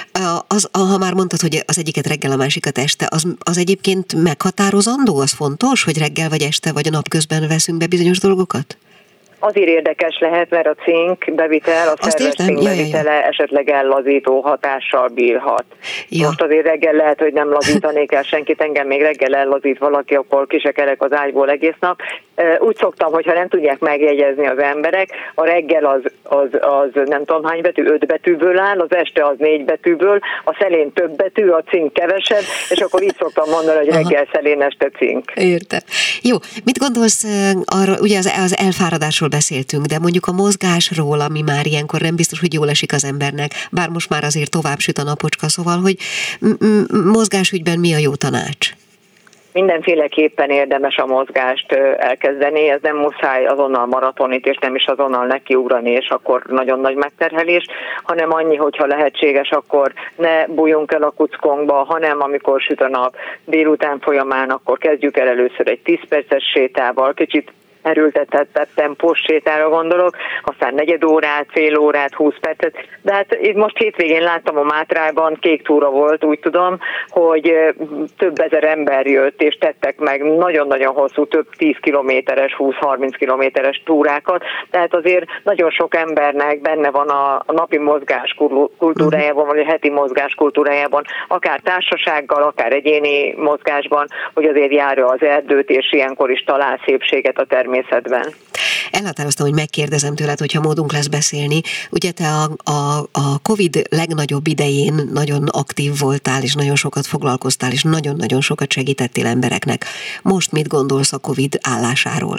Az, ha már mondtad, hogy az egyiket reggel, a másikat este, az, az egyébként meghatározandó, az fontos, hogy reggel vagy este vagy a napközben veszünk be bizonyos dolgokat? Azért érdekes lehet, mert a cink bevitel, a szerves cink bevitele ja, ja, ja. esetleg ellazító hatással bírhat. Ja. Most azért reggel lehet, hogy nem lazítanék el senkit, engem még reggel ellazít valaki, akkor ki se kerek az ágyból egész nap. Úgy szoktam, hogyha nem tudják megjegyezni az emberek, a reggel az, az, az nem tudom hány betű, öt betűből áll, az este az négy betűből, a szelén több betű, a cink kevesebb, és akkor így szoktam mondani, hogy reggel aha. szelén, este cink. Értem. Jó, mit gondolsz arra, ugye az, az elfáradásról beszéltünk, de mondjuk a mozgásról, ami már ilyenkor nem biztos, hogy jól esik az embernek, bár most már azért tovább süt a napocska, szóval, hogy m- m- mozgásügyben mi a jó tanács? Mindenféleképpen érdemes a mozgást elkezdeni, ez nem muszáj azonnal maratonit, és nem is azonnal nekiugrani, és akkor nagyon nagy megterhelés, hanem annyi, hogyha lehetséges, akkor ne bújjunk el a kuckónkba, hanem amikor süt a nap délután folyamán, akkor kezdjük el először egy tíz perces sétával, kicsit erőltetett tempós sétára gondolok, aztán negyed órát, fél órát, húsz percet, de hát itt most hétvégén láttam a Mátrában, kék túra volt, úgy tudom, hogy több ezer ember jött, és tettek meg nagyon-nagyon hosszú, több tíz kilométeres, húsz-harminc kilométeres túrákat, tehát azért nagyon sok embernek benne van a, a napi mozgás kultúrájában, vagy a heti mozgás kultúrájában, akár társasággal, akár egyéni mozgásban, hogy azért járja az erdőt, és ilyenkor is talál szépséget a természetben. Elhatároztam, hogy megkérdezem tőled, hogyha módunk lesz beszélni. Ugye te a, a, a Covid legnagyobb idején nagyon aktív voltál, és nagyon sokat foglalkoztál, és nagyon-nagyon sokat segítettél embereknek. Most mit gondolsz a Covid állásáról?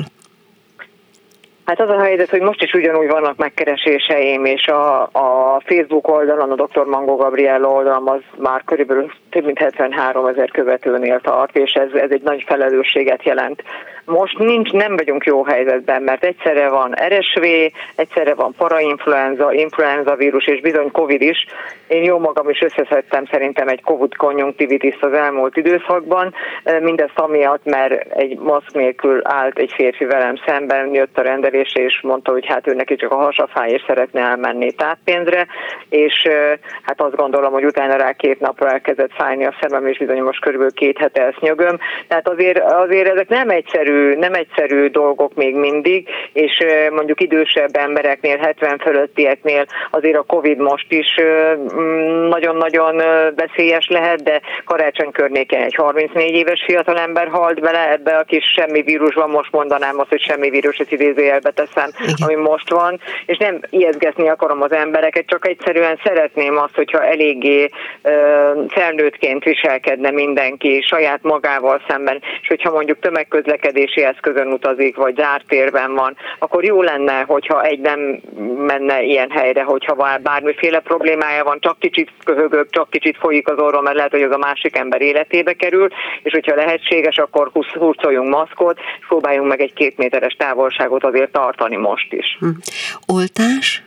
Hát az a helyzet, hogy most is ugyanúgy vannak megkereséseim, és a, a Facebook oldalon, a doktor Mangó Gabriella oldalon az már körülbelül több mint hetvenhárom ezer követőnél tart, és ez, ez egy nagy felelősséget jelent. Most nincs, nem vagyunk jó helyzetben, mert egyszerre van er es vé, egyszerre van parainfluenza, influenza vírus, és bizony Covid is. Én jó magam is összeszedtem szerintem egy Covid konjunktivitiszt az elmúlt időszakban, mindezt amiatt, mert egy maszk nélkül állt egy férfi velem szemben, jött a rendelésre, és mondta, hogy hát ő neki csak a hasa fáj, és szeretne elmenni távpénzre, és hát azt gondolom, hogy utána rá két napra elkezdett fájni a szemem, és bizony most körülbelül két hete ezt nyögöm. Tehát azért, azért ezek nem egyszerű nem egyszerű dolgok még mindig, és mondjuk idősebb embereknél, hetven fölöttieknél azért a Covid most is nagyon-nagyon veszélyes lehet, de karácsony környékén egy harmincnégy éves fiatalember halt bele ebbe a kis semmi vírusban, most mondanám azt, hogy semmi vírus, ezt idézőjelbe teszem, ami most van, és nem ijeszgetni akarom az embereket, csak egyszerűen szeretném azt, hogyha eléggé felnőttként viselkedne mindenki saját magával szemben, és hogyha mondjuk tömegközlekedés eszközön utazik, vagy zárt térben van, akkor jó lenne, hogyha egy nem menne ilyen helyre, hogyha bármiféle problémája van, csak kicsit köhögök, csak kicsit folyik az orrom, mert lehet, hogy az a másik ember életébe kerül, és hogyha lehetséges, akkor hurcoljunk maszkot, és próbáljunk meg egy két méteres távolságot azért tartani most is. Hm. Oltás?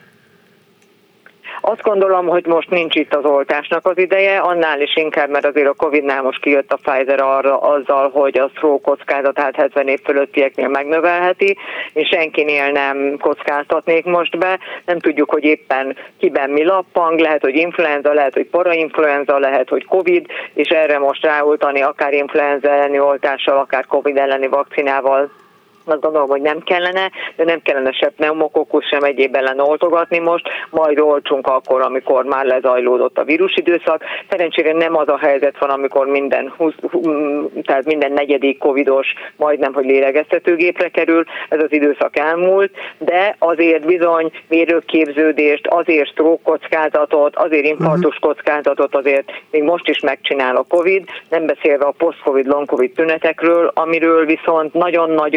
Azt gondolom, hogy most nincs itt az oltásnak az ideje, annál is inkább, mert azért a Covidnál most kijött a Pfizer arra azzal, hogy a stroke kockázatát hetven év fölöttieknél megnövelheti, és senkinél nem kockáztatnék most be. Nem tudjuk, hogy éppen kiben mi lappang, lehet, hogy influenza, lehet, hogy parainfluenza, lehet, hogy Covid, és erre most ráoltani akár influenza elleni oltással, akár Covid elleni vakcinával. Azt gondolom, hogy nem kellene, de nem kellene se pneumokokkus, sem egyéb ellen oltogatni most, majd oltsunk akkor, amikor már lezajlódott a vírusidőszak. Szerencsére nem az a helyzet van, amikor minden, húsz, tehát minden negyedik covidos majdnem, hogy lélegeztetőgépre kerül, ez az időszak elmúlt, de azért bizony mérőképződést, azért stroke kockázatot, azért infarktus kockázatot azért még most is megcsinál a Covid, nem beszélve a post-Covid, long-Covid tünetekről, amiről viszont nagyon-nagyon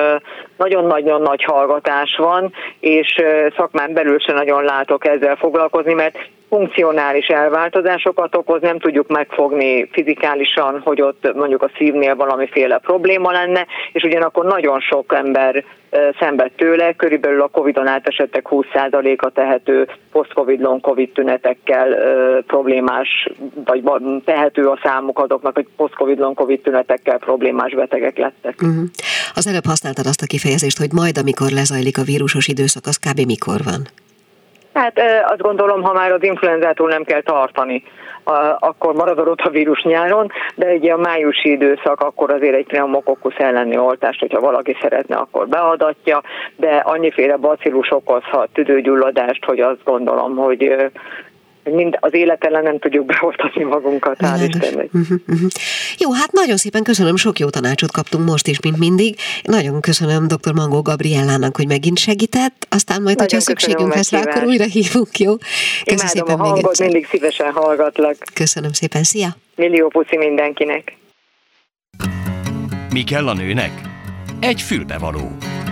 nagyon-nagyon nagy hallgatás van, és szakmán belül sem nagyon látok ezzel foglalkozni, mert funkcionális elváltozásokat okoz, nem tudjuk megfogni fizikálisan, hogy ott mondjuk a szívnél valamiféle probléma lenne, és ugyanakkor nagyon sok ember szenved tőle, körülbelül a Covidon átesettek húsz százaléka tehető post-Covid, long-Covid tünetekkel problémás, vagy tehető a számuk azoknak, hogy post-Covid, long-Covid tünetekkel problémás betegek lettek. Uh-huh. Az előbb használtad azt a kifejezést, hogy majd, amikor lezajlik a vírusos időszak, az kb. Mikor van? Hát azt gondolom, ha már az influenzától nem kell tartani, akkor marad a rotavírus nyáron, de ugye a májusi időszak, akkor azért egy pneumokokkusz elleni oltást, hogyha valaki szeretne, akkor beadatja, de annyiféle bacillus okozhat tüdőgyulladást, hogy azt gondolom, hogy mind az élet ellen nem tudjuk beoltatni magunkat, hál' Istennek. Uh-huh, uh-huh. Jó, hát nagyon szépen köszönöm, sok jó tanácsot kaptunk most is, mint mindig. Nagyon köszönöm dr. Mangó Gabriellának, hogy megint segített, aztán majd, nagyon hogyha szükségünk lesz rá, akkor újra hívunk, jó? Köszönöm szépen, a hangot, mindig szívesen hallgatlak. Köszönöm szépen, szia! Millió puszi mindenkinek! Mi kell a nőnek? Egy fülbevaló.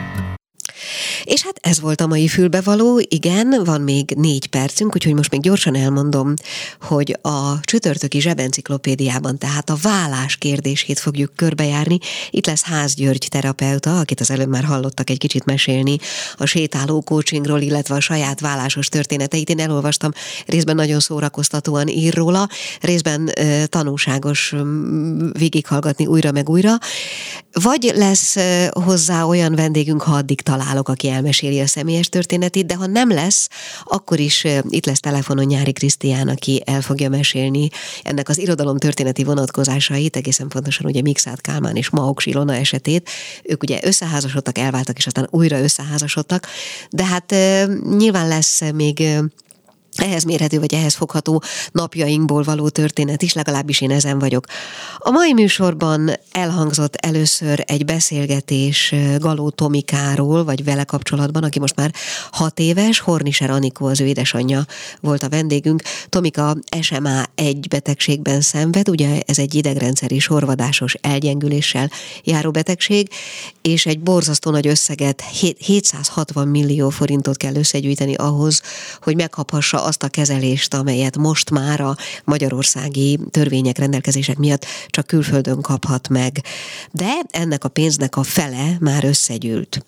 És hát ez volt a mai fülbevaló, igen, van még négy percünk, úgyhogy most még gyorsan elmondom, hogy a csütörtöki zsebenciklopédiában, tehát a vállás kérdését fogjuk körbejárni. Itt lesz Ház György terapeuta, akit az előbb már hallottak egy kicsit mesélni a sétáló coachingról, illetve a saját vállásos történeteit. Én elolvastam, részben nagyon szórakoztatóan ír róla, részben e, tanulságos végighallgatni újra meg újra. Vagy lesz e, hozzá olyan vendégünk, ha addig találok, aki elmeséli a személyes történetét, de ha nem lesz, akkor is itt lesz telefonon Nyári Krisztián, aki el fogja mesélni ennek az irodalom történeti vonatkozásait, egészen pontosan ugye Mikszáth Kálmán és Mauks Ilona esetét. Ők ugye összeházasodtak, elváltak, és aztán újra összeházasodtak, de hát nyilván lesz még ehhez mérhető, vagy ehhez fogható napjainkból való történet is, legalábbis én ezen vagyok. A mai műsorban elhangzott először egy beszélgetés Galó Tomikáról, vagy vele kapcsolatban, aki most már hat éves, Hornischer Anikó az ő édesanyja volt a vendégünk. Tomika es em á egy betegségben szenved, ugye ez egy idegrendszeri sorvadásos elgyengüléssel járó betegség, és egy borzasztó nagy összeget, hétszázhatvan millió forintot kell összegyűjteni ahhoz, hogy megkaphassa azt a kezelést, amelyet most már a magyarországi törvények, rendelkezések miatt csak külföldön kaphat meg. De ennek a pénznek a fele már összegyűlt.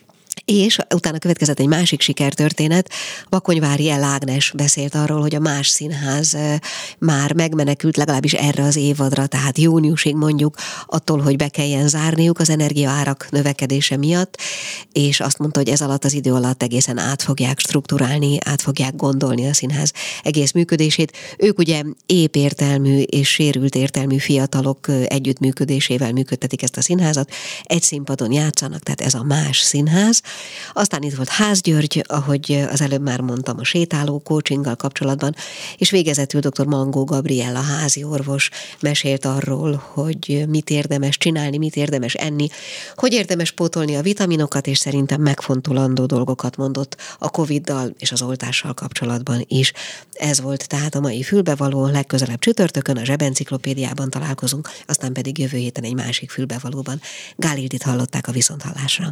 És utána következett egy másik sikertörténet. Bakonyvári El Ágnes beszélt arról, hogy a Más Színház már megmenekült legalábbis erre az évadra, tehát júniusig mondjuk, attól, hogy be kelljen zárniuk az energiaárak növekedése miatt, és azt mondta, hogy ez alatt az idő alatt egészen át fogják strukturálni, át fogják gondolni a színház egész működését. Ők ugye épp értelmű és sérült értelmű fiatalok együttműködésével működtetik ezt a színházat. Egy színpadon játszanak, tehát ez a Más Színház. Aztán itt volt Ház György, ahogy az előbb már mondtam, a sétáló coachinggal kapcsolatban, és végezetül dr. Mangó Gabriella házi orvos mesélt arról, hogy mit érdemes csinálni, mit érdemes enni, hogy érdemes pótolni a vitaminokat, és szerintem megfontolandó dolgokat mondott a Coviddal és az oltással kapcsolatban is. Ez volt tehát a mai fülbevaló, legközelebb csütörtökön a Zsebenciklopédiában találkozunk, aztán pedig jövő héten egy másik fülbevalóban. Gál Ildit hallották a viszonthallásra.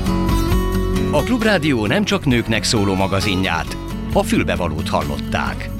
A Klubrádió nem csak nőknek szóló magazinját, a fülbevalót hallották.